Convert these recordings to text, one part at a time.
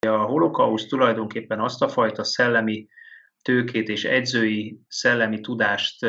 A holokauszt tulajdonképpen azt a fajta szellemi tőkét és edzői szellemi tudást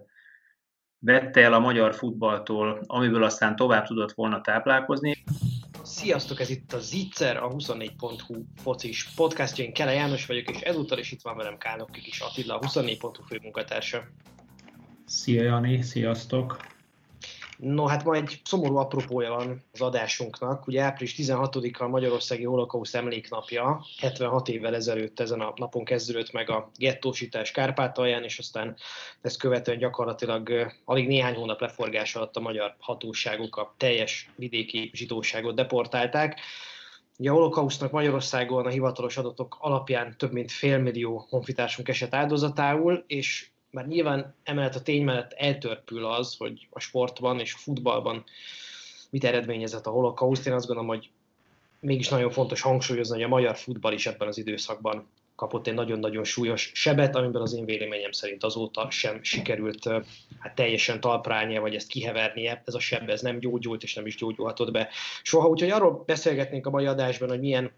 vette el a magyar futballtól, amiből aztán tovább tudott volna táplálkozni. Sziasztok, ez itt a Zicser, a 24.hu focis podcastja. Én Kele János vagyok, és ezúttal is itt van velem Kálnoki Kis Attila, a 24.hu főmunkatársa. Szia Jani, sziasztok! No, hát ma egy szomorú apropója van az adásunknak. Ugye április 16-a a Magyarországi Holokauszt Emléknapja, 76 évvel ezelőtt ezen a napon kezdődött meg a gettósítás Kárpátalján, és aztán ezt követően gyakorlatilag alig néhány hónap leforgás alatt a magyar hatóságok a teljes vidéki zsidóságot deportálták. Ugye a holokausztnak Magyarországon a hivatalos adatok alapján több mint 500 000 honfitársunk esett áldozatául, és már nyilván emellett a tény mellett eltörpül az, hogy a sportban és a futballban mit eredményezett a holokauszt. Én azt gondolom, hogy mégis nagyon fontos hangsúlyozni, hogy a magyar futball is ebben az időszakban kapott egy nagyon-nagyon súlyos sebet, amiben az én véleményem szerint azóta sem sikerült teljesen talpra állnia, vagy ezt kihevernie. Ez a seb, ez nem gyógyult, és nem is gyógyulhatott be soha. Úgyhogy arról beszélgetnénk a mai adásban, hogy milyen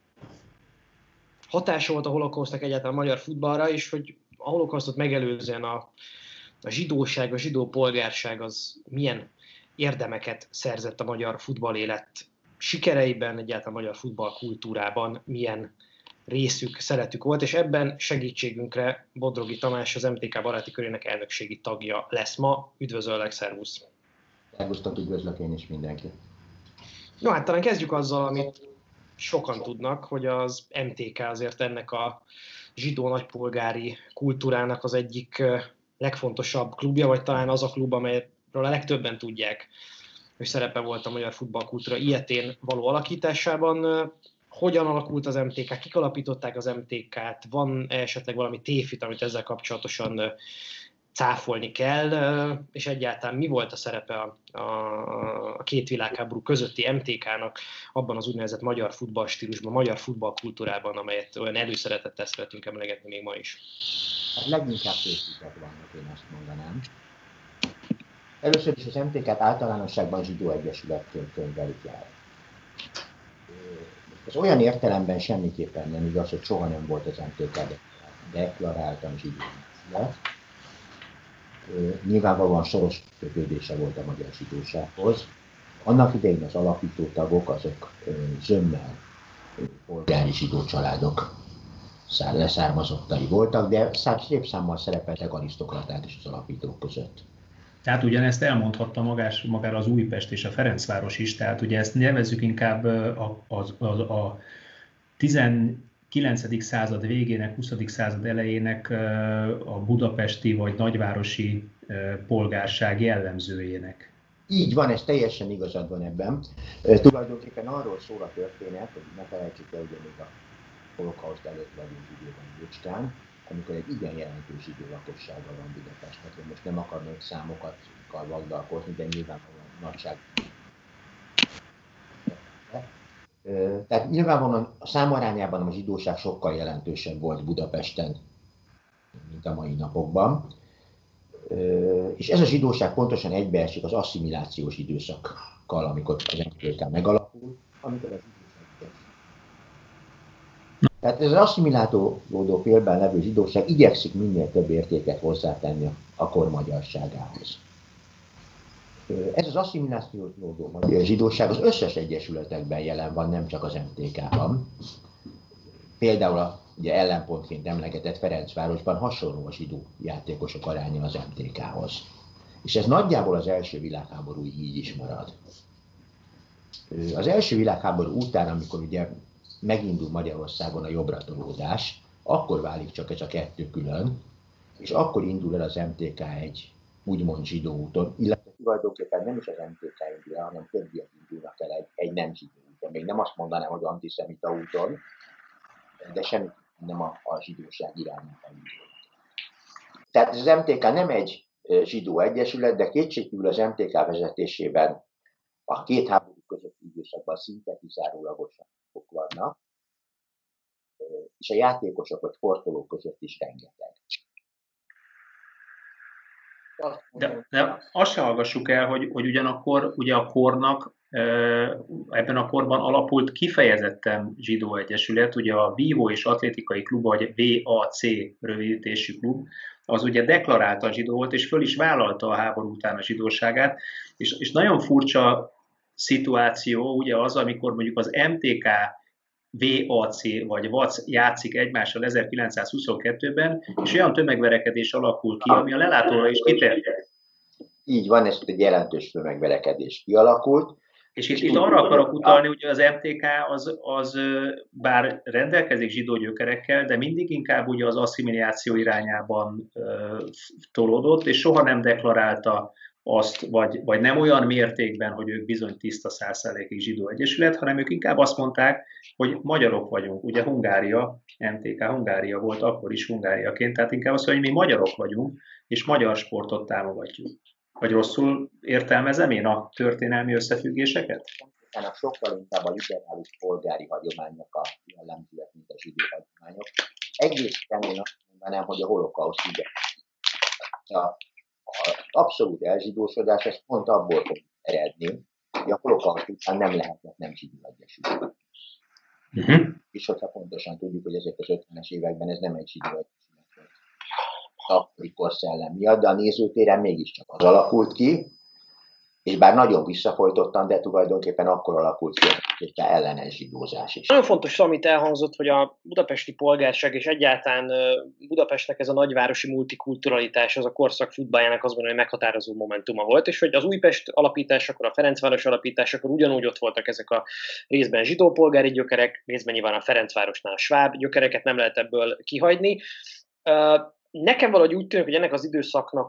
hatása volt a holokausztnak egyáltalán a magyar futballra, és hogy a holokausztot megelőzően a zsidóság, a zsidó polgárság az milyen érdemeket szerzett a magyar futballélet sikereiben, egyáltalán a magyar futballkultúrában, milyen részük, szeretük volt, és ebben segítségünkre Bodrogi Tamás, az MTK baráti körének elnökségi tagja lesz ma. Üdvözöllek, szervusz! Szervusztok, üdvözlök én is mindenkit! No, hát talán kezdjük azzal, amit sokan tudnak, hogy az MTK azért ennek a zsidó nagypolgári kultúrának az egyik legfontosabb klubja, vagy talán az a klub, amelyről a legtöbben tudják, hogy szerepe volt a magyar futballkultúra ilyetén való alakításában. Hogyan alakult az MTK, kik alapították az MTK-t, van esetleg valami tévhit, amit ezzel kapcsolatosan cáfolni kell, és egyáltalán mi volt a szerepe a két világháború közötti MTK-nak abban az úgynevezett magyar futballstílusban, magyar futballkultúrában, amelyet olyan előszeretettel szeretünk emlegetni még ma is. Hát leginkább tévhitek vannak, én azt mondanám. Először is az MTK-t általánosságban zsidó egyesületként könyvelik el. Ez olyan értelemben semmiképpen nem igaz, hogy soha nem volt az MTK deklaráltan zsidó egyesület. Nyilvánvalóan szoros kötődése volt a magyar zsidósághoz. Annak idején az alapító tagok azok zömmel polgári zsidó családok leszármazottai voltak, de szép számmal szerepeltek arisztokraták is az alapítók között. Tehát ugyanezt elmondhatta magára az Újpest és a Ferencváros is, tehát ugye ezt nevezzük inkább a 19. század végének, 20. század elejének a budapesti vagy nagyvárosi polgárság jellemzőjének. Így van, ez teljesen igazad van ebben. Tulajdonképpen arról szól a történet, hogy ne felejtsük el, hogy még a holokauszt előtt vagyunk időben Jócskán, amikor egy igen jelentős zsidó lakossága van Budapestnek. Én most nem akarok számokat vagdalkozni, de nyilvánvalóan nagyság. Tehát nyilvánvalóan a számarányában a zsidóság sokkal jelentősebb volt Budapesten, mint a mai napokban. És ez a zsidóság pontosan egybeesik az asszimilációs időszakkal, amikor az MTK megalapul, amikor az zsidóság. Tehát ez az asszimilálódó félben levő zsidóság igyekszik minél több értéket hozzátenni a kor magyarságához. Ez az asszimilációdó magyar zsidóság az összes egyesületekben jelen van, nem csak az MTK-ban. Például ugye ellenpontként emlegetett Ferencvárosban hasonló a zsidó játékosok aránya az MTK-hoz. És ez nagyjából az első világháborúig így is marad. Az első világháború után, amikor ugye megindul Magyarországon a jobbratolódás, akkor válik csak ez a kettő külön, és akkor indul el az MTK egy úgymond zsidó úton, illetve tulajdonképpen nem is az MTK indul el, hanem többiek indulnak el egy nem zsidó úton. Még nem azt mondanám, hogy antiszemita úton, de semmi nem a zsidóság irányába indul. Tehát az MTK nem egy zsidó egyesület, de kétségkívül az MTK vezetésében a két háború közötti időszakban szinte kizárólagosak vannak, és a játékosok vagy sportolók között is rengeteg. De azt se hallgassuk el, hogy ugyanakkor ugye a kornak ebben a korban alapult kifejezetten zsidó egyesület, ugye a Vívó és Atlétikai Klub, vagy VAC rövidítésű klub, az ugye deklaráltan zsidó volt, és föl is vállalta a háború után a zsidóságát, és nagyon furcsa szituáció ugye az, amikor mondjuk az MTK VAC vagy VAC játszik egymással 1922-ben, és olyan tömegverekedés alakul ki, ami a lelátóra is kiterjed. Így van, ez egy jelentős tömegverekedés kialakult. És itt arra akarok utalni, hogy az MTK az bár rendelkezik zsidó gyökerekkel, de mindig inkább ugye az asszimiláció irányában tolódott, és soha nem deklarálta azt, vagy nem olyan mértékben, hogy ők bizony tiszta 100%-ig zsidó egyesület, hanem ők inkább azt mondták, hogy magyarok vagyunk. Ugye Hungária, MTK Hungária volt akkor is Hungáriaként, tehát inkább azt mondja, hogy mi magyarok vagyunk, és magyar sportot támogatjuk. Vagy rosszul értelmezem én a történelmi összefüggéseket? Ennek sokkal inkább a liberális polgári hagyományok a jellemzőek, mint a zsidó hagyományok. Egészen én azt mondanám, hogy a holokauszt ugye. Az abszolút elzsidósodás, ez pont abból fog eredni, hogy a holokauszt után nem lehetett nem zsidó egyesület. És hogyha pontosan tudjuk, hogy ezek az 50-es években ez nem egy zsidó egyesület volt. Akkori korszellem miatt, de a nézőtéren mégiscsak az alakult ki, és bár nagyon visszafolytottan, de tulajdonképpen akkor alakult ki egy ellenes zsidózás is. Nagyon fontos, amit elhangzott, hogy a budapesti polgárság és egyáltalán Budapestnek ez a nagyvárosi multikulturalitás, az a korszak futballjának azt gondolom, hogy meghatározó momentuma volt, és hogy az Újpest alapításakor, a Ferencváros alapításakor ugyanúgy ott voltak ezek a részben zsidó polgári gyökerek, részben nyilván a Ferencvárosnál a sváb gyökereket nem lehet ebből kihagyni. Nekem valahogy úgy tűnik, hogy ennek az időszaknak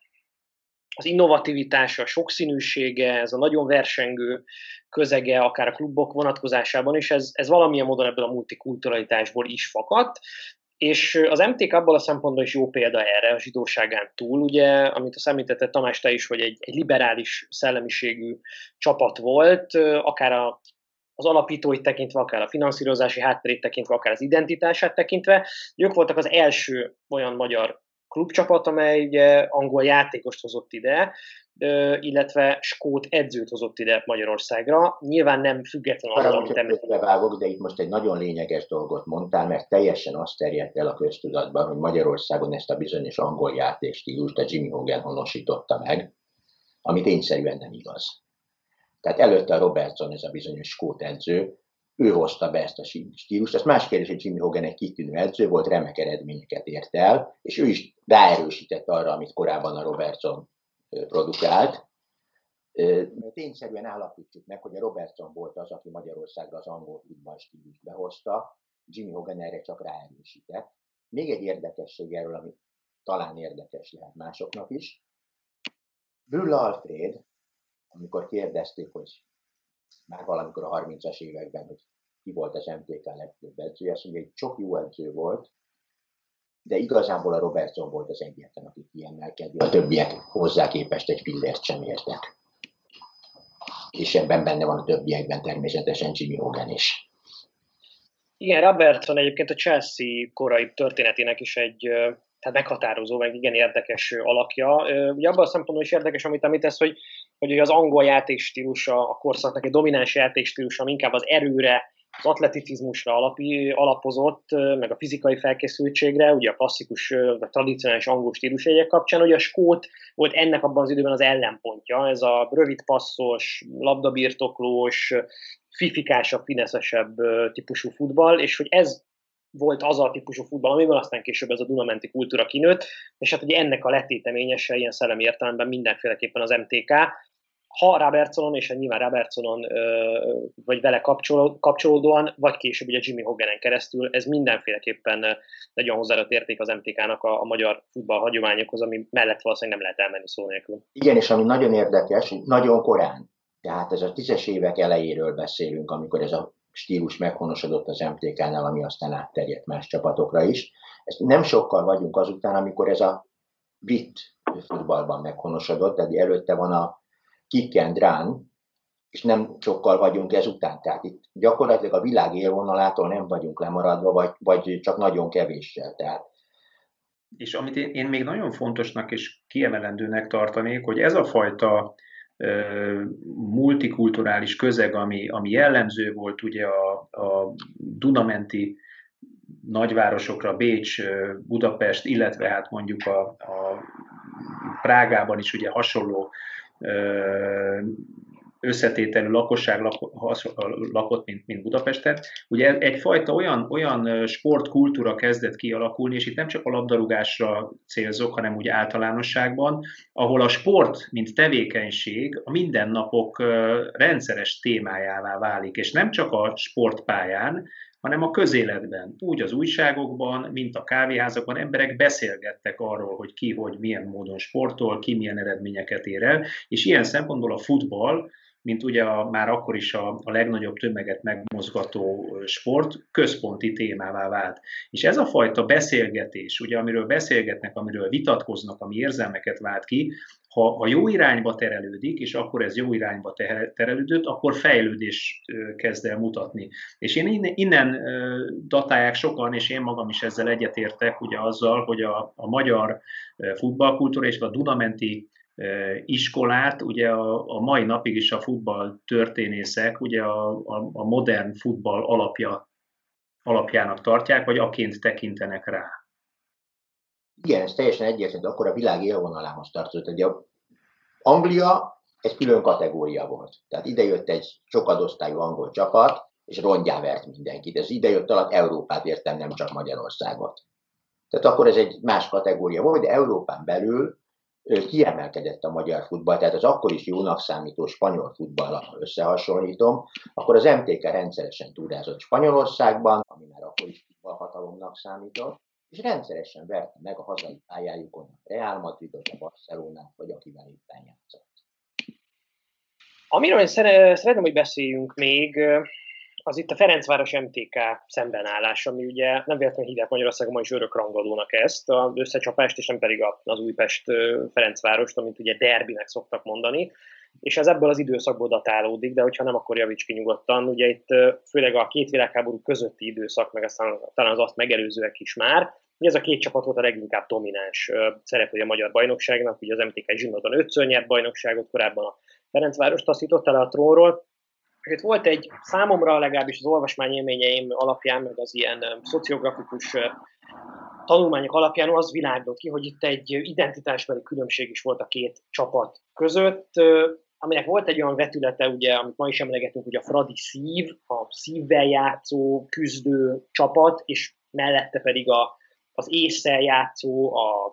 az innovativitása, a sokszínűsége, ez a nagyon versengő közege, akár a klubok vonatkozásában is, ez valamilyen módon ebből a multikulturalitásból is fakadt, és az MTK abból a szempontból is jó példa erre, a zsidóságán túl, ugye, amit azt említette Tamás te is, hogy egy liberális szellemiségű csapat volt, akár az alapítóit tekintve, akár a finanszírozási hátterét tekintve, akár az identitását tekintve. Ők voltak az első olyan magyar klubcsapat, amely ugye angol játékost hozott ide, illetve skót edzőt hozott ide Magyarországra. Nyilván nem független attól, amit említettem. De itt most egy nagyon lényeges dolgot mondtál, mert teljesen azt terjedt el a köztudatban, hogy Magyarországon ezt a bizonyos angol játékstílust a Jimmy Hogan honosította meg, ami tényszerűen nem igaz. Tehát előtte a Robertson, ez a bizonyos skót edző, ő hozta be ezt a stílust. Ez más kérdés, hogy Jimmy Hogan egy kitűnő edző volt, remek eredményeket ért el, és ő is ráerősített arra, amit korábban a Robertson produkált. Tényszerűen állapítjuk meg, hogy a Robertson volt az, aki Magyarországra az angol futball stílust behozta, Jimmy Hogan erre csak ráerősített. Még egy érdekesség erről, ami talán érdekes lehet másoknak is. Brüll Alfred, amikor kérdezték, hogy már valamikor a 30-as években, hogy ki volt az MTK legtöbb edzője, azt mondja, hogy sok jó edző volt, de igazából a Robertson volt az egyetlen, aki kiemelkedő. A többiek hozzá képest egy pillért sem értek. És ebben benne van a többiekben természetesen Jimmy Hogan is. Igen, Robertson egyébként a Chelsea korai történetének is egy meghatározó, meg igen érdekes alakja. Ugye abban a szempontból is érdekes, amit említesz, hogy az angol játékstílusa, a korszaknak egy domináns játékstílusa, ami inkább az erőre, az atleticizmusra alapozott, meg a fizikai felkészültségre, ugye a klasszikus, vagy tradicionális angol stílusjegyek kapcsán, hogy a skót volt ennek abban az időben az ellenpontja, ez a rövid passzos, labdabirtoklós, fifikásabb, fineszesebb típusú futball, és hogy ez volt az a típusú futball, amiből aztán később ez a Dunamenti kultúra kinőtt, és hát ugye ennek a letéteményese ilyen szellemi értelemben mindenféleképpen az MTK. Ha Robertsonon, és nyilván Robertsonon vagy vele kapcsolódóan, vagy később ugye Jimmy Hoganen keresztül, ez mindenféleképpen egy olyan hozzáadott érték az MTK-nak a magyar futball hagyományokhoz, ami mellett valószínűleg nem lehet elmenni szó nélkül. Igen, és ami nagyon érdekes, hogy nagyon korán, tehát ez a 10-es évek elejéről beszélünk, amikor ez a stílus meghonosodott az MTK-nál, ami aztán átterjedt más csapatokra is. Ezt nem sokkal vagyunk azután, amikor ez a brit futballban meghonosodott, tehát előtte van a kick and run, és nem sokkal vagyunk ezután. Tehát itt gyakorlatilag a világ élvonalától nem vagyunk lemaradva, vagy csak nagyon kevéssel. Tehát És amit én még nagyon fontosnak és kiemelendőnek tartanék, hogy ez a fajta multikulturális közeg, ami jellemző volt ugye a Dunamenti nagyvárosokra, Bécs, Budapest, illetve hát mondjuk a Prágában is ugye hasonló összetételű lakosság lakott, mint Budapesten. Ugye egyfajta olyan sportkultúra kezdett kialakulni, és itt nem csak a labdarúgásra célzok, hanem úgy általánosságban, ahol a sport, mint tevékenység a mindennapok rendszeres témájává válik, és nem csak a sportpályán, hanem a közéletben, úgy az újságokban, mint a kávéházakban emberek beszélgettek arról, hogy ki, hogy milyen módon sportol, ki milyen eredményeket ér el, és ilyen szempontból a futball, mint ugye már akkor is a legnagyobb tömeget megmozgató sport, központi témává vált. És ez a fajta beszélgetés, ugye amiről beszélgetnek, amiről vitatkoznak, ami érzelmeket vált ki, ha jó irányba terelődik, és akkor ez jó irányba terelődött, akkor fejlődés kezd el mutatni. És innen datálják sokan, és én magam is ezzel egyetértek, ugye azzal, hogy a magyar futballkultúra és a Dunamenti iskolát, ugye a mai napig is a futball történészek, ugye a modern futball alapjának tartják, vagy aként tekintenek rá. Igen, ez teljesen egyértelmű, akkor a világ élvonalához tartozott. Ugye Anglia egy külön kategória volt. Tehát idejött egy sokadosztályú angol csapat, és rongyá vert mindenkit. Ez idejött alatt Európát értem, nem csak Magyarországot. Tehát akkor ez egy más kategória volt, de Európán belül kiemelkedett a magyar futball, tehát az akkor is jónak számító spanyol futballal összehasonlítom, akkor az MTK rendszeresen túrázott Spanyolországban, ami már akkor is futballhatalomnak számított, és rendszeresen verte meg a hazai pályájukon a Real Madridot, a Barcelonát, vagy akivel éppen játszott. Amiről én szeretném, hogy beszéljünk még, az itt a Ferencváros MTK szembenállás, ami ugye nem véletlenül hívják Magyarországon ma is örökrangadónak ezt, az összecsapást, és nem pedig az Újpest-Ferencvárost, amit ugye derbinek szoktak mondani, és ez ebből az időszakból datálódik, de hogyha nem, akkor javíts ki nyugodtan. Ugye itt főleg a két világháború közötti időszak, meg aztán talán az azt megelőzőek is már, ugye ez a két csapat volt a leginkább domináns szereplője a magyar bajnokságnak, ugye az MTK zsinatban 5-ször nyert bajnokságot, korábban a Ferencvárost taszította le a trónról. Itt volt egy számomra legalábbis az olvasmányélményeim alapján, meg az ilyen szociografikus tanulmányok alapján az világított ki, hogy itt egy identitásbeli különbség is volt a két csapat között, aminek volt egy olyan vetülete, ugye, amit ma is emlegetünk, hogy a Fradi szív, a szívvel játszó, küzdő csapat, és mellette pedig az ésszel játszó,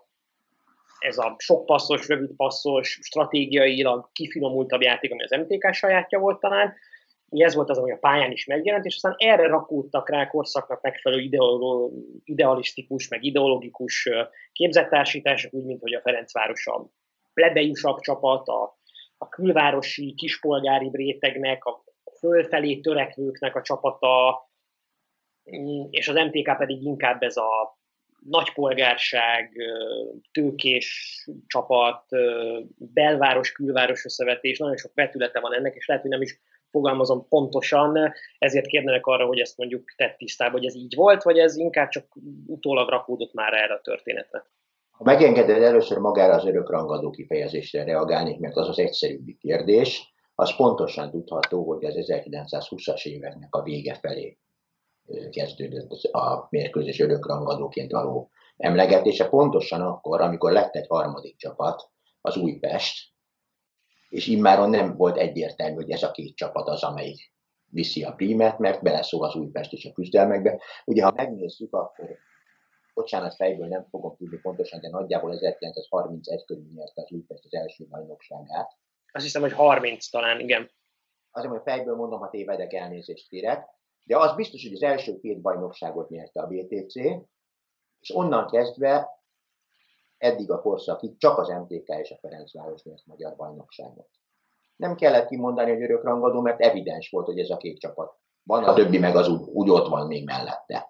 ez a sokpasszos, rövidpasszos, stratégiailag kifinomultabb játék, ami az MTK sajátja volt talán. Ez volt az, ami a pályán is megjelent, és aztán erre rakódtak rá korszaknak megfelelő idealisztikus, meg ideológikus képzettársítások, úgy, mint hogy a Ferencváros a plebejusabb csapat, a külvárosi, kispolgári rétegnek, a fölfelé törekvőknek a csapata, és az MTK pedig inkább ez a nagypolgárság, tőkés csapat, belváros-külváros összevetés, nagyon sok vetülete van ennek, és lehet, hogy nem is fogalmazom pontosan, ezért kérnének arra, hogy ezt mondjuk tett tisztába, hogy ez így volt, vagy ez inkább csak utólag rakódott már erre a történetre. Ha megengeded, először magára az örökrangadó kifejezésre reagálnék, mert az az egyszerűbbi kérdés. Az pontosan tudható, hogy az 1920-as éveknek a vége felé kezdődött a mérkőzés örökrangadóként való emlegetése, pontosan akkor, amikor lett egy harmadik csapat, az Újpest, és immáron nem volt egyértelmű, hogy ez a két csapat az, amelyik viszi a prímet, mert beleszól az Újpest is a küzdelmekbe. Ugye, ha megnézzük, akkor, bocsánat, fejből nem fogom tudni pontosan, de nagyjából 1931 körül nyerte az Újpest az első bajnokságát. Azt hiszem, hogy 30 talán, igen. Azért, hogy fejből mondom, ha tévedek, elnézést kérek. De az biztos, hogy az első két bajnokságot nyerte a BTC, és onnan kezdve eddig a korszakig csak az MTK és a Ferencváros nyert magyar bajnokságot. Nem kellett kimondani, hogy örökrangadó, mert evidens volt, hogy ez a két csapat van, a többi meg az úgy ott van még mellette.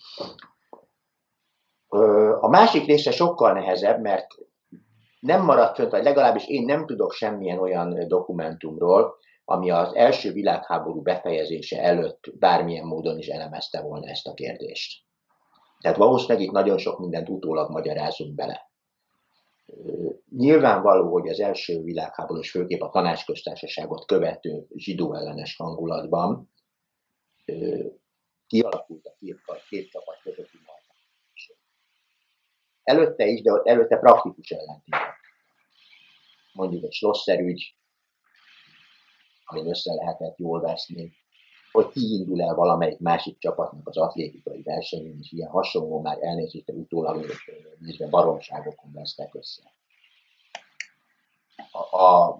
A másik része sokkal nehezebb, mert nem maradt fönt, vagy legalábbis én nem tudok semmilyen olyan dokumentumról, ami az első világháború befejezése előtt bármilyen módon is elemezte volna ezt a kérdést. Tehát valószínűleg itt nagyon sok mindent utólag magyarázunk bele. Nyilvánvaló, hogy az első világháború és főképp a tanácsköztársaságot követő zsidó ellenes hangulatban kialakult a két csapat közötti markáció. Előtte is, de előtte praktikus ellentétek. Mondjuk egy Schlosser ügy, amin össze lehetett jól veszni, hogy ki indul el valamelyik másik csapatnak az atlétikai versenyén, és ilyen hasonló már elnézést, utólag nézve baromságokon vesztek össze. A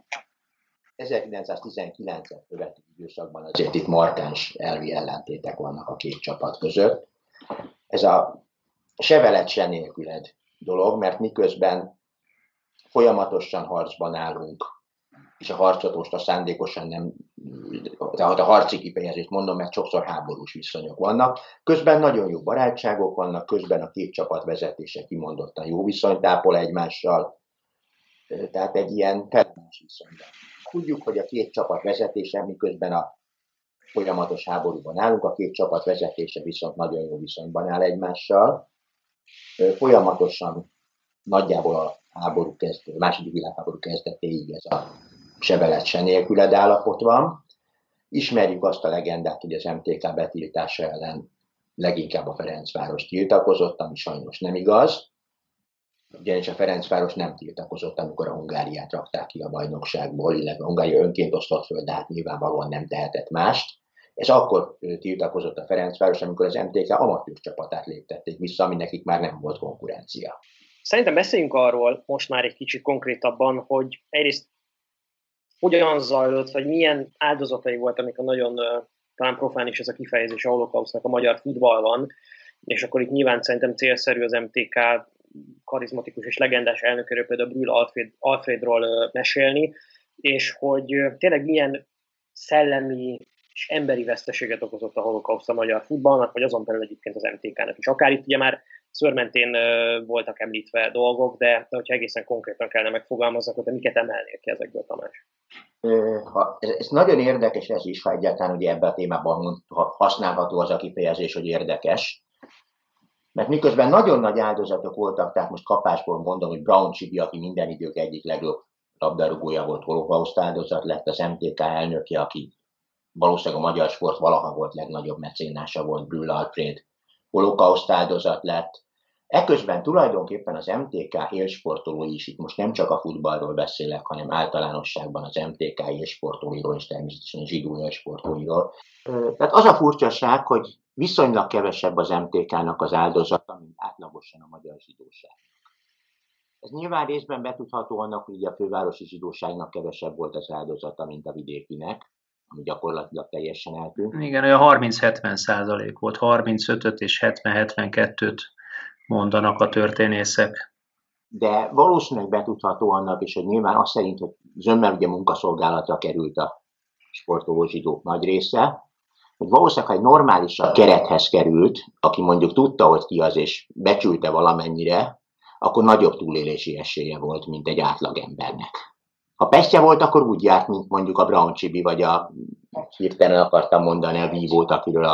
1919-et követő időszakban azért itt markáns elvi ellentétek vannak a két csapat között. Ez a se veled, se nélküled dolog, mert miközben folyamatosan harcban állunk, és a harcot most a szándékosan nem, tehát a harci kifejezést mondom, mert sokszor háborús viszonyok vannak. Közben nagyon jó barátságok vannak, közben a két csapat vezetése kimondottan jó viszonyt ápol egymással, tehát egy ilyen felmás viszonyban. Tudjuk, hogy a két csapat vezetése, miközben a folyamatos háborúban állunk, a két csapat vezetése viszont nagyon jó viszonyban áll egymással. Folyamatosan nagyjából a második világháború kezdetéig ez a se veled, se nélküled állapot van. Ismerjük azt a legendát, hogy az MTK betiltása ellen leginkább a Ferencváros tiltakozott, ami sajnos nem igaz. Ugyanis a Ferencváros nem tiltakozott, amikor a Hungáriát rakták ki a bajnokságból, illetve a Hungária önként osztott föl, de hát nyilvánvalóan nem tehetett mást. Ez akkor tiltakozott a Ferencváros, amikor az MTK amatőr csapatát léptették vissza, ami nekik már nem volt konkurencia. Szerintem beszéljünk arról most már egy kicsit konkrétabban, hogy egyrészt hogyan zajlott, vagy milyen áldozatai volt, amikor nagyon talán profán is ez a kifejezés a holokausztnak a magyar futballban, és akkor itt nyilván szerintem célszerű az MTK karizmatikus és legendás elnökéről, például Brühl Alfredról mesélni, és hogy tényleg milyen szellemi és emberi veszteséget okozott a holokauszt a magyar futballnak, vagy azon belül egyébként az MTK-nak is. Akár itt ugye már szőrmentén voltak említve dolgok, de hogyha egészen konkrétan kellene megfogalmazni, akkor te miket emelnél ki ezekből, Tamás? Ez nagyon érdekes ez is, ha egyáltalán ugye ebben a témában használható az a kifejezés, hogy érdekes. Mert miközben nagyon nagy áldozatok voltak, tehát most kapásból mondom, hogy Braun Csibi, aki minden idők egyik legjobb labdarúgója volt, holokauszt áldozat lett, az MTK elnöke, aki valószínűleg a magyar sport valaha volt legnagyobb mecénása volt, Brühl Alfred, holokauszt áldozat lett. Eközben tulajdonképpen az MTK élsportolói is, itt most nem csak a futballról beszélek, hanem általánosságban az MTK élsportolóiról és természetesen a zsidó élsportolóiról. Tehát az a furcsaság, hogy viszonylag kevesebb az MTK-nak az áldozata, mint átlagosan a magyar zsidóságnak. Ez nyilván részben betudható annak, hogy a fővárosi zsidóságnak kevesebb volt az áldozata, mint a vidékinek, ami gyakorlatilag teljesen eltűnt. Igen, olyan 30-70% volt, 35-öt és 70-72-t mondanak a történészek. De valószínűleg betudható annak is, hogy nyilván azt szerint, hogy zömmel ugye munkaszolgálatra került a sportoló zsidók nagy része, hogy valószínűleg, ha egy normálisabb kerethez került, aki mondjuk tudta, hogy ki az, és becsülte valamennyire, akkor nagyobb túlélési esélye volt, mint egy átlagembernek. Ha pestje volt, akkor úgy járt, mint mondjuk a Braun Csibi, vagy hirtelen akartam mondani a vívót, akiről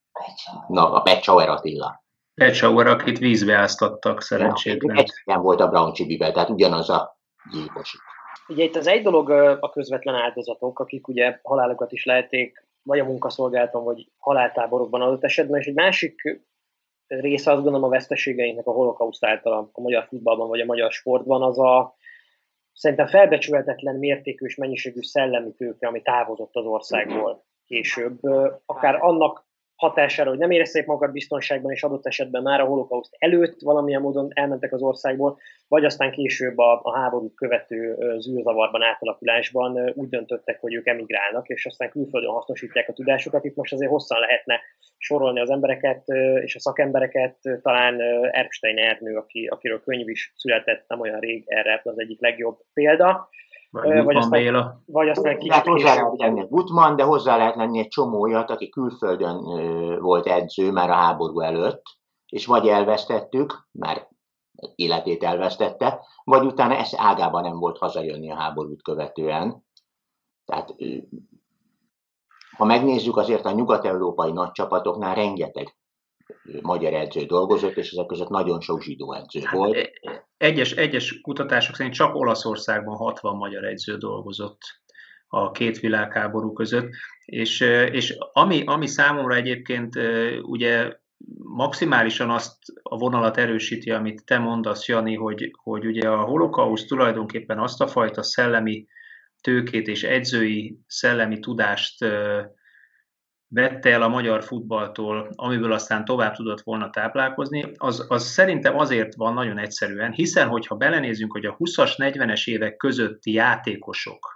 a Pecsauer Attila. Pecsauer, akit vízbe áztattak szerencsétlen. Egyszerűen volt a Braun Csibivel, tehát ugyanaz a gyilkos. Ugye itt az egy dolog a közvetlen áldozatok, akik ugye halálokat is lehették, vagy a munkaszolgálaton, vagy haláltáborokban adott esetben, és egy másik része azt gondolom a veszteségeinknek a holokauszt által a magyar futballban, vagy a magyar sportban, az a szerintem felbecsülhetetlen mértékű és mennyiségű szellemi tőke, ami távozott az országból később. Akár annak hatására, hogy nem érezték magukat biztonságban, és adott esetben már a holokauszt előtt valamilyen módon elmentek az országból, vagy aztán később a háborút követő zűrzavarban, átalakulásban úgy döntöttek, hogy ők emigrálnak, és aztán külföldön hasznosítják a tudásukat. Itt most azért hosszan lehetne sorolni az embereket és a szakembereket, talán Erbstein Ernő, akiről könyv is született nem olyan rég, erre az egyik legjobb példa. Vagy aztán kicsit később. Gutmann, de hozzá lehet lenni egy csomó olyat, aki külföldön volt edző már a háború előtt, és vagy elvesztettük, már életét elvesztette, vagy utána ez ágában nem volt hazajönni a háborút követően. Tehát ha megnézzük, azért a nyugat-európai nagy csapatoknál rengeteg magyar edző dolgozott, és ezek között nagyon sok zsidó edző volt. Egyes kutatások szerint csak Olaszországban 60 magyar edző dolgozott a két világháború között, és ami számomra egyébként ugye maximálisan azt a vonalat erősíti, amit te mondasz, Jani, hogy ugye a holokauszt tulajdonképpen azt a fajta szellemi tőkét és edzői szellemi tudást vette el a magyar futballtól, amiből aztán tovább tudott volna táplálkozni, az szerintem azért van nagyon egyszerűen, hiszen hogyha belenézünk, hogy a 20-as, 40-es évek közötti játékosok,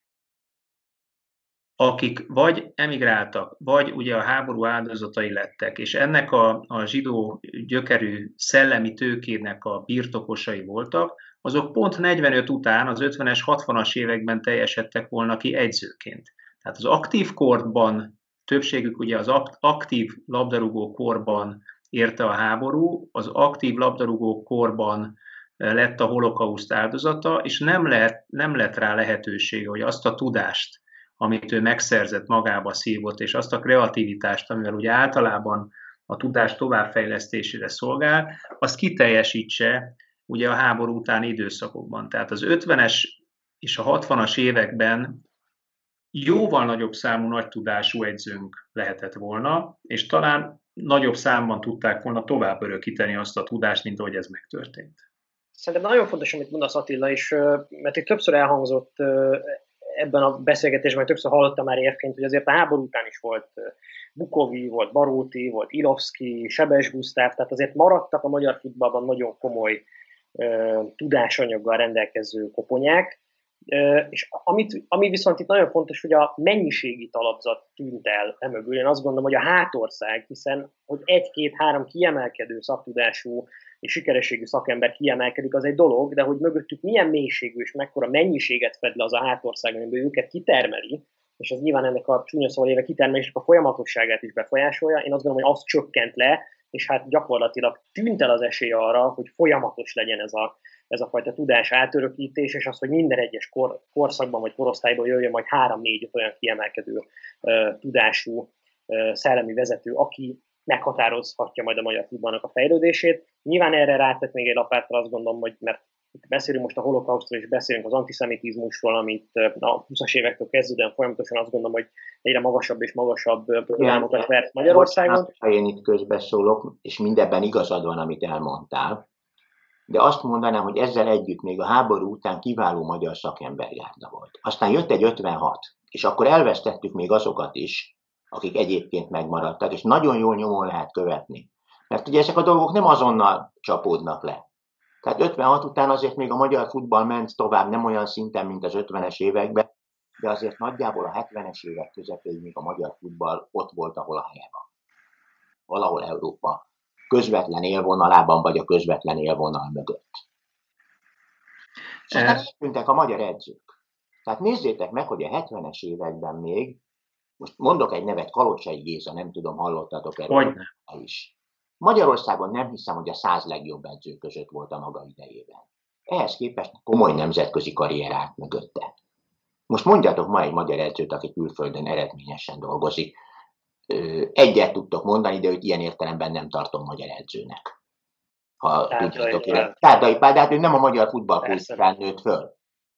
akik vagy emigráltak, vagy ugye a háború áldozatai lettek, és ennek a zsidó gyökerű szellemi tőkének a birtokosai voltak, azok pont 45 után, az 50-es, 60-as években teljesedtek volna ki edzőként. Tehát az aktív korban, többségük ugye az aktív labdarúgó korban érte a háború, az aktív labdarúgó korban lett a holokauszt áldozata, és nem lett rá lehetősége, hogy azt a tudást, amit ő megszerzett, magába szívott, és azt a kreativitást, amivel ugye általában a tudás továbbfejlesztésére szolgál, azt kiteljesítse ugye a háború utáni időszakokban. Tehát az 50-es és a 60-as években jóval nagyobb számú nagy tudású edzőnk lehetett volna, és talán nagyobb számban tudták volna tovább örökíteni azt a tudást, mint ahogy ez megtörtént. Szerintem nagyon fontos, amit mondasz, Attila, és mert itt többször elhangzott ebben a beszélgetésben, többször hallottam már érként, hogy azért a háború után is volt Bukovi, volt Baróti, volt Ilovszki, Sebes Gusztáv, tehát azért maradtak a magyar futballban nagyon komoly tudásanyaggal rendelkező koponyák, és ami viszont itt nagyon fontos, hogy a mennyiségi talapzat tűnt el emögül. Én azt gondolom, hogy a hátország, hiszen hogy 1-2-3 kiemelkedő szaktudású és sikerességű szakember kiemelkedik, az egy dolog, de hogy mögöttük milyen mélységű és mekkora mennyiséget fed le az a hátország, amiben őket kitermeli, és ez nyilván ennek a csúnya szóval éve kitermelésnek a folyamatosságát is befolyásolja. Én azt gondolom, hogy az csökkent le, és hát gyakorlatilag tűnt el az esély arra, hogy folyamatos legyen ez a fajta tudás átörökítés, és az, hogy minden egyes korszakban vagy korosztályban jöjjön majd 3-4 olyan kiemelkedő tudású szellemi vezető, aki meghatározhatja majd a magyar futballnak a fejlődését. Nyilván erre rátett még egy lapáttal, azt gondolom, hogy mert beszélünk most a holokausztról, és beszélünk az antiszemitizmusról, amit a 20-as évektől kezdődően folyamatosan azt gondolom, hogy egyre magasabb és magasabb programokat vert Magyarországon. Én itt közbeszólok, és mindebben igazad van, amit elmondtál, de azt mondanám, hogy ezzel együtt még a háború után kiváló magyar szakembergárda volt. Aztán jött egy 56, és akkor elvesztettük még azokat is, akik egyébként megmaradtak, és nagyon jól nyomon lehet követni. Mert ugye ezek a dolgok nem azonnal csapódnak le. Tehát 56 után azért még a magyar futball ment tovább, nem olyan szinten, mint az 50-es években, de azért nagyjából a 70-es évek közepéig még a magyar futball ott volt, ahol a helye van. Valahol Európa közvetlen élvonalában, vagy a közvetlen élvonal mögött. És aztán eltűntek a magyar edzők. Tehát nézzétek meg, hogy a 70-es években még, most mondok egy nevet, Kalocsai Géza, nem tudom, hallottatok erről is. Magyarországon nem hiszem, hogy a 100 legjobb edző között volt a maga idejében. Ehhez képest komoly nemzetközi karrier állt mögötte. Most mondjatok ma egy magyar edzőt, aki külföldön eredményesen dolgozik. Egyet tudtok mondani, de őt ilyen értelemben nem tartom magyar edzőnek. Ha tudjátok, Tárdai Pál, de hát ő nem a magyar futballkultúrán nőtt föl.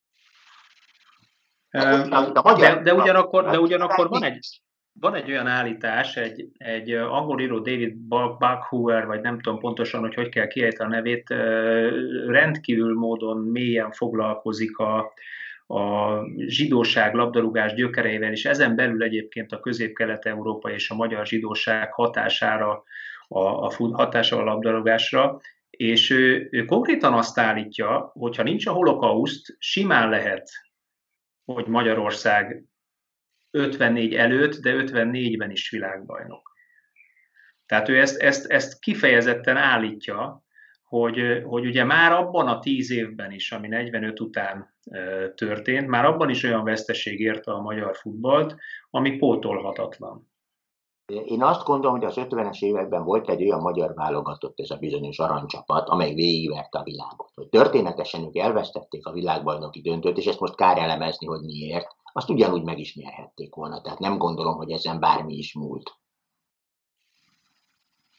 De ugyanakkor van egy olyan állítás, egy angol író, David Buckhoover, vagy nem tudom pontosan, hogy kell kiejteni a nevét, rendkívül módon mélyen foglalkozik a zsidóság, labdarúgás gyökereivel, és ezen belül egyébként a közép-kelet-európai és a magyar zsidóság hatására a labdarúgásra, és ő konkrétan azt állítja, hogy ha nincs a holokauszt, simán lehet, hogy Magyarország 54 előtt, de 54-ben is világbajnok. Tehát ő ezt kifejezetten állítja, hogy ugye már abban a 10 évben is, ami 45 után történt, már abban is olyan veszteség érte a magyar futballt, ami pótolhatatlan. Én azt gondolom, hogy az 50-es években volt egy olyan magyar válogatott, ez a bizonyos aranycsapat, amely végigverte a világot. Hogy történetesen ők elvesztették a világbajnoki döntőt, és ezt most kár elemezni, hogy miért, azt ugyanúgy meg is nyerhették volna. Tehát nem gondolom, hogy ezen bármi is múlt.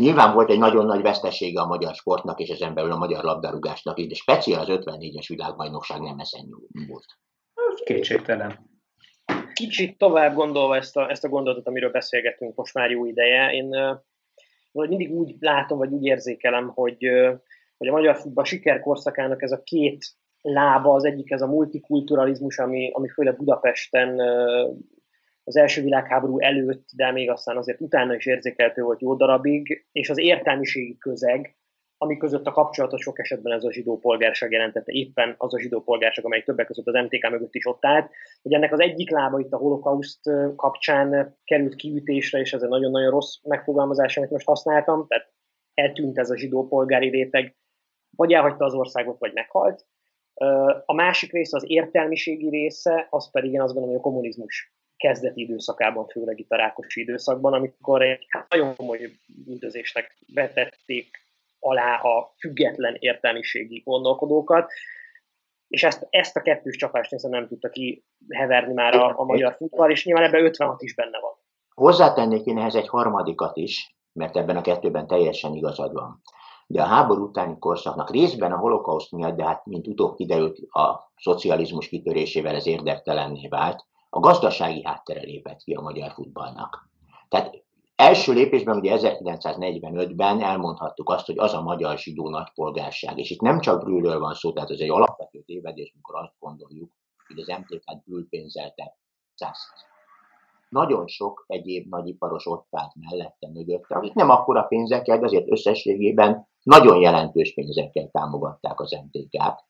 Nyilván volt egy nagyon nagy vesztesége a magyar sportnak, és ezen belül a magyar labdarúgásnak is, de speciál az 54-es világbajnokság nem ezen nyúlt. Kétségtelen. Kicsit tovább gondolva ezt a gondolatot, amiről beszélgetünk most már jó ideje, én mindig úgy látom, vagy úgy érzékelem, hogy a magyar futball sikerkorszakának ez a két lába, az egyik ez a multikulturalizmus, ami főleg Budapesten az első világháború előtt, de még aztán azért utána is érzékelhető volt jó darabig, és az értelmiségi közeg, ami között a kapcsolatot sok esetben ez a zsidó polgárság jelentette, éppen az a zsidó polgárság, amely többek között az MTK mögött is ott állt, hogy ennek az egyik lába itt a holokauszt kapcsán került kiütésre, és ez egy nagyon-nagyon rossz megfogalmazás, amit most használtam, tehát eltűnt ez a zsidó polgári réteg, vagy elhagyta az országot, vagy meghalt. A másik része, az értelmiségi része, az pedig én azt gondolom, hogy a kommunizmus kezdeti időszakában, főleg itt a Rákosi időszakban, amikor egy nagyon komoly üldözésnek vetették alá a független értelmiségi gondolkodókat, és ezt a kettős csapást nézve nem tudta kiheverni már a magyar futball, és nyilván ebben 56 is benne van. Hozzátennék én ehhez egy harmadikat is, mert ebben a kettőben teljesen igazad van. De a háború utáni korszaknak részben a holokauszt miatt, de hát mint utóbb kiderült, a szocializmus kitörésével ez érdektelenné vált, a gazdasági háttere lépett ki a magyar futballnak. Tehát első lépésben ugye 1945-ben elmondhattuk azt, hogy az a magyar zsidó nagypolgárság, és itt nem csak Brühlről van szó, tehát ez egy alapvető tévedés, mikor azt gondoljuk, hogy az MTK-t Brühl pénzelte 100. Nagyon sok egyéb nagyiparos ott állt mellette, mögötte, akik nem akkora pénzekkel, de azért összességében nagyon jelentős pénzekkel támogatták az MTK-t.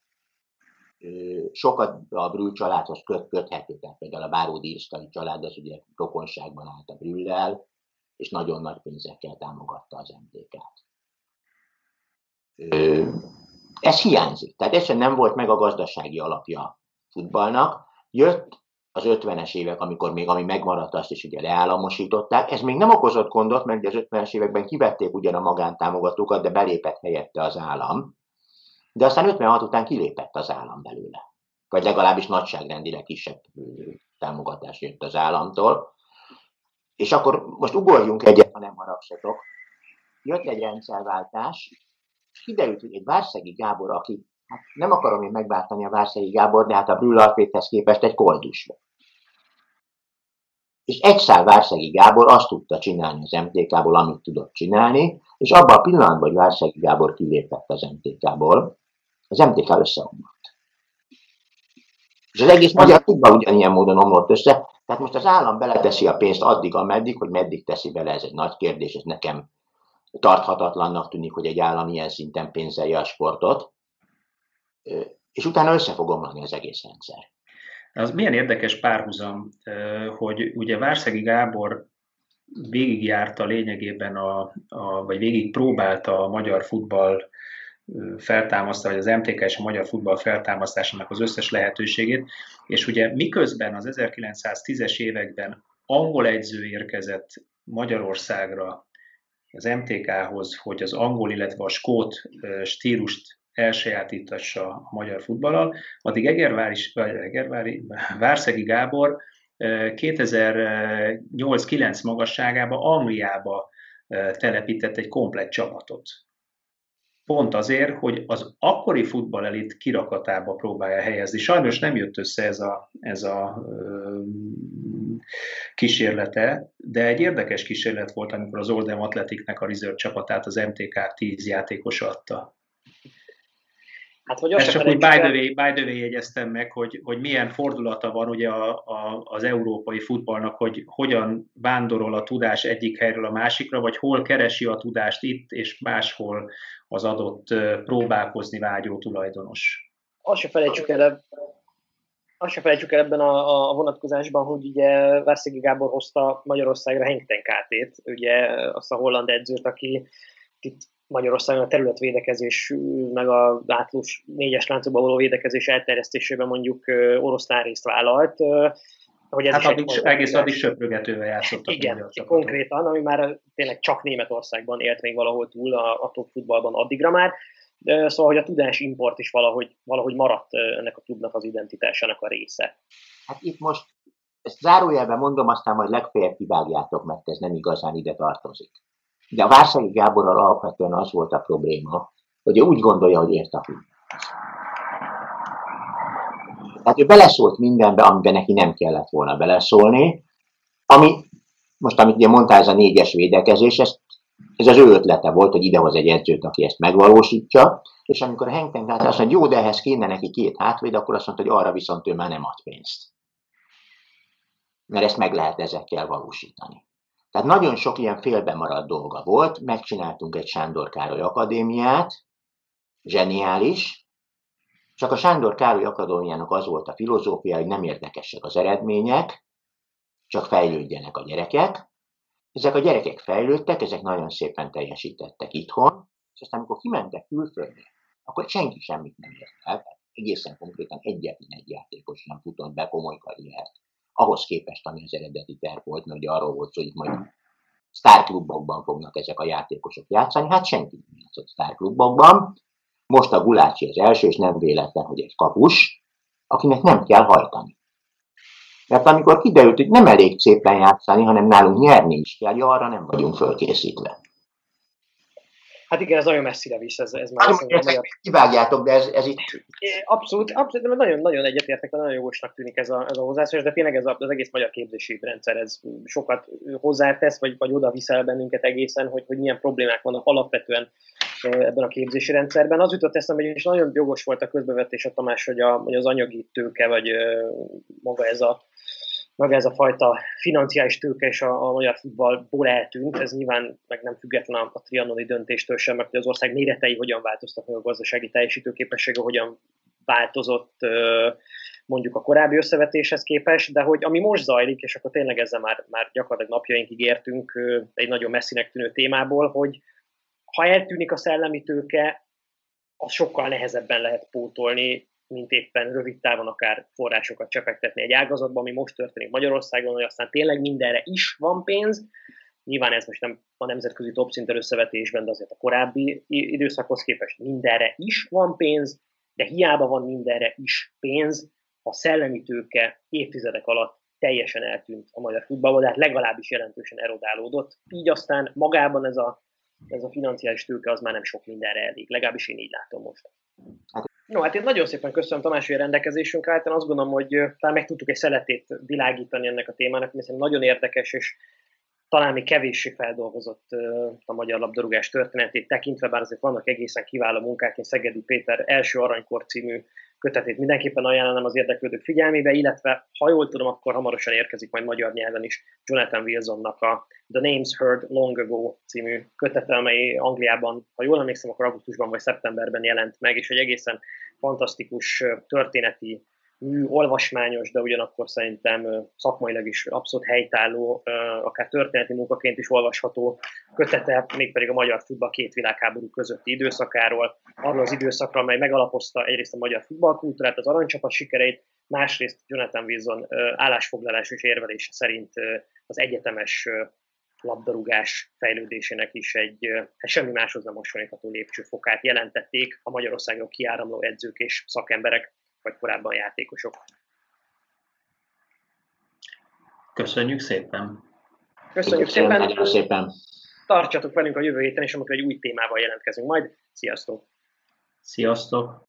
Sokat a Brühl családhoz köthető, tehát például a Báródi Irstai család, az ugye rokonságban állt a Brüllel, és nagyon nagy pénzekkel támogatta az MTK-t. Ez hiányzik, tehát egyszerűen nem volt meg a gazdasági alapja a futballnak. Jött az 50-es évek, amikor még ami megmaradt, azt is ugye leállamosították. Ez még nem okozott gondot, mert az 50-es években kivették ugyan a magántámogatókat, de belépett helyette az állam. De aztán 56 után kilépett az állam belőle. Vagy legalábbis nagyságrendileg kisebb támogatás jött az államtól. És akkor most ugorjunk egyet, ha nem haragszatok. Jött egy rendszerváltás, és kiderült, hogy egy Várszegi Gábor, aki, hát nem akarom én megbántani a Várszegi Gábor, de hát a Brühl Alfrédhez képest egy koldus volt. És egy szál Várszegi Gábor azt tudta csinálni az MTK-ból, amit tudott csinálni, és abban a pillanatban, hogy Várszegi Gábor kilépett az MTK-ból, az MTK összeomlott. És az egész magyar futball ugyanilyen módon omlott össze, tehát most az állam beleteszi a pénzt addig, ameddig, hogy meddig teszi bele, ez egy nagy kérdés, ez nekem tarthatatlannak tűnik, hogy egy állam ilyen szinten pénzelje a sportot, és utána össze fog omlani az egész rendszer. Az milyen érdekes párhuzam, hogy ugye Várszegi Gábor végigjárta lényegében, vagy végig próbálta a magyar futball feltámasztani, vagy az MTK és a magyar futball feltámasztásának az összes lehetőségét, és ugye miközben az 1910-es években angol edző érkezett Magyarországra az MTK-hoz, hogy az angol, illetve a skót stílust elsajátítassa a magyar futballal, addig Várszegi Gábor 2008-9 magasságába Angliába telepített egy komplett csapatot. Pont azért, hogy az akkori futballelit kirakatába próbálja helyezni. Sajnos nem jött össze ez a kísérlete, de egy érdekes kísérlet volt, amikor az Oldham Athleticnek a reserve csapatát az MTK 10 játékos adta. Hát, ezt csak úgy by the way jegyeztem meg, hogy milyen fordulata van ugye az európai futballnak, hogy hogyan vándorol a tudás egyik helyről a másikra, vagy hol keresi a tudást itt, és máshol az adott próbálkozni vágyó tulajdonos. Azt se felejtsük el ebben a vonatkozásban, hogy ugye Várszegi Gábor hozta Magyarországra Henk ten Katét, ugye azt a holland edzőt, aki itt Magyarországon a területvédekezés, meg a átlós négyes láncokban való védekezés elterjesztésében mondjuk oroszlán részt vállalt. Hogy ez hát egész addig söprögetővel játszottak. Igen, konkrétan, ami már tényleg csak Németországban élt még valahol túl a top futballban addigra már. Szóval, hogy a tudásimport is valahogy maradt ennek a klubnak az identitásának a része. Hát itt most ezt zárójelben mondom, aztán majd legfeljebb kivágjátok, mert ez nem igazán ide tartozik. De a Várszegi Gáborral alapvetően az volt a probléma, hogy ő úgy gondolja, hogy ért a futball. Tehát ő beleszólt mindenbe, amiben neki nem kellett volna beleszólni, amit ugye mondtál, ez a 4-es védekezés, ez az ő ötlete volt, hogy idehoz egy edzőt, aki ezt megvalósítja, és amikor a Henk Ten Cate azt mondja, jó, de ehhez kéne neki 2 hátvéd, akkor azt mondta, hogy arra viszont ő már nem ad pénzt. Mert ezt meg lehet ezekkel valósítani. Tehát nagyon sok ilyen félbe maradt dolga volt, megcsináltunk egy Sándor Károly Akadémiát, zseniális, csak a Sándor Károly Akadémiának az volt a filozófia, hogy nem érdekesek az eredmények, csak fejlődjenek a gyerekek. Ezek a gyerekek fejlődtek, ezek nagyon szépen teljesítettek itthon, és aztán amikor kimentek külföldre, akkor senki semmit nem ért el. Egészen konkrétan egyetlen egy játékos nem futott be komoly karriert. Ahhoz képest, ami az eredeti terv volt, mert ugye arról volt szó, hogy majd sztárklubokban fognak ezek a játékosok játszani, hát senki nem játszott sztárklubokban. Most a Gulácsi az első, és nem véletlen, hogy egy kapus, akinek nem kell hajtani. Mert amikor kiderült, hogy nem elég szépen játszani, hanem nálunk nyerni is kell, arra nem vagyunk fölkészítve. Hát igen, ez nagyon messzire visz, ez már kivágjátok, de ez itt... Abszolút, nagyon egyetértek, nagyon jogosnak tűnik ez a hozzászólás, de tényleg ez az egész magyar képzési rendszer, ez sokat hozzátesz, vagy oda viszel bennünket egészen, hogy milyen problémák vannak alapvetően ebben a képzési rendszerben. Az jutott eszembe, és nagyon jogos volt a közbevetés a Tamás, hogy az anyagi tőke, vagy maga ez a fajta financiális tőke és a magyar futballból eltűnt. Ez nyilván meg nem független a trianoni döntéstől sem, mert az ország méretei hogyan változtak, meg a gazdasági teljesítőképessége hogyan változott mondjuk a korábbi összevetéshez képest, de hogy ami most zajlik, és akkor tényleg ezzel már gyakorlatilag napjainkig értünk egy nagyon messzinek tűnő témából, hogy ha eltűnik a szellemi tőke, az sokkal nehezebben lehet pótolni, mint éppen rövid távon akár forrásokat csepegtetni egy ágazatban, ami most történik Magyarországon, hogy aztán tényleg mindenre is van pénz. Nyilván ez most nem a nemzetközi top szinten összevetésben, de azért a korábbi időszakhoz képest mindenre is van pénz, de hiába van mindenre is pénz, a szellemi tőke évtizedek alatt teljesen eltűnt a magyar futballban, de hát legalábbis jelentősen erodálódott. Így aztán magában ez a financiális tőke az már nem sok mindenre elég, legalábbis én így látom most. No, hát én nagyon szépen köszönöm, Tamás, hogy a rendelkezésünkre állt. Én azt gondolom, hogy talán meg tudtuk egy szeletét világítani ennek a témának, hiszen nagyon érdekes, és talán még kevéssé feldolgozott a magyar labdarúgás történetét tekintve, bár azért vannak egészen kiváló munkák. Én Szegedi Péter első Aranykor című kötetét mindenképpen ajánlanám az érdeklődők figyelmébe, illetve, ha jól tudom, akkor hamarosan érkezik majd magyar nyelven is Jonathan Wilsonnak a The Names Heard Long Ago című kötete, amely Angliában, ha jól emlékszem, akkor augusztusban vagy szeptemberben jelent meg, és egy egészen fantasztikus történeti mű, olvasmányos, de ugyanakkor szerintem szakmailag is abszolút helytálló, akár történeti munkaként is olvasható kötete, mégpedig a magyar futball 2 világháború közötti időszakáról, arról az időszakra, amely megalapozta egyrészt a magyar futballkultúrát, az aranycsapat sikereit, másrészt Jonathan Wilson állásfoglalás és érvelése szerint az egyetemes labdarúgás fejlődésének is egy semmi máshoz nem hasonlítható lépcsőfokát jelentették a Magyarországról kiáramló edzők és szakemberek, vagy korábban játékosok. Köszönjük szépen! Köszönjük szépen! Tartsatok velünk a jövő héten, és amikor egy új témával jelentkezünk majd. Sziasztok! Sziasztok!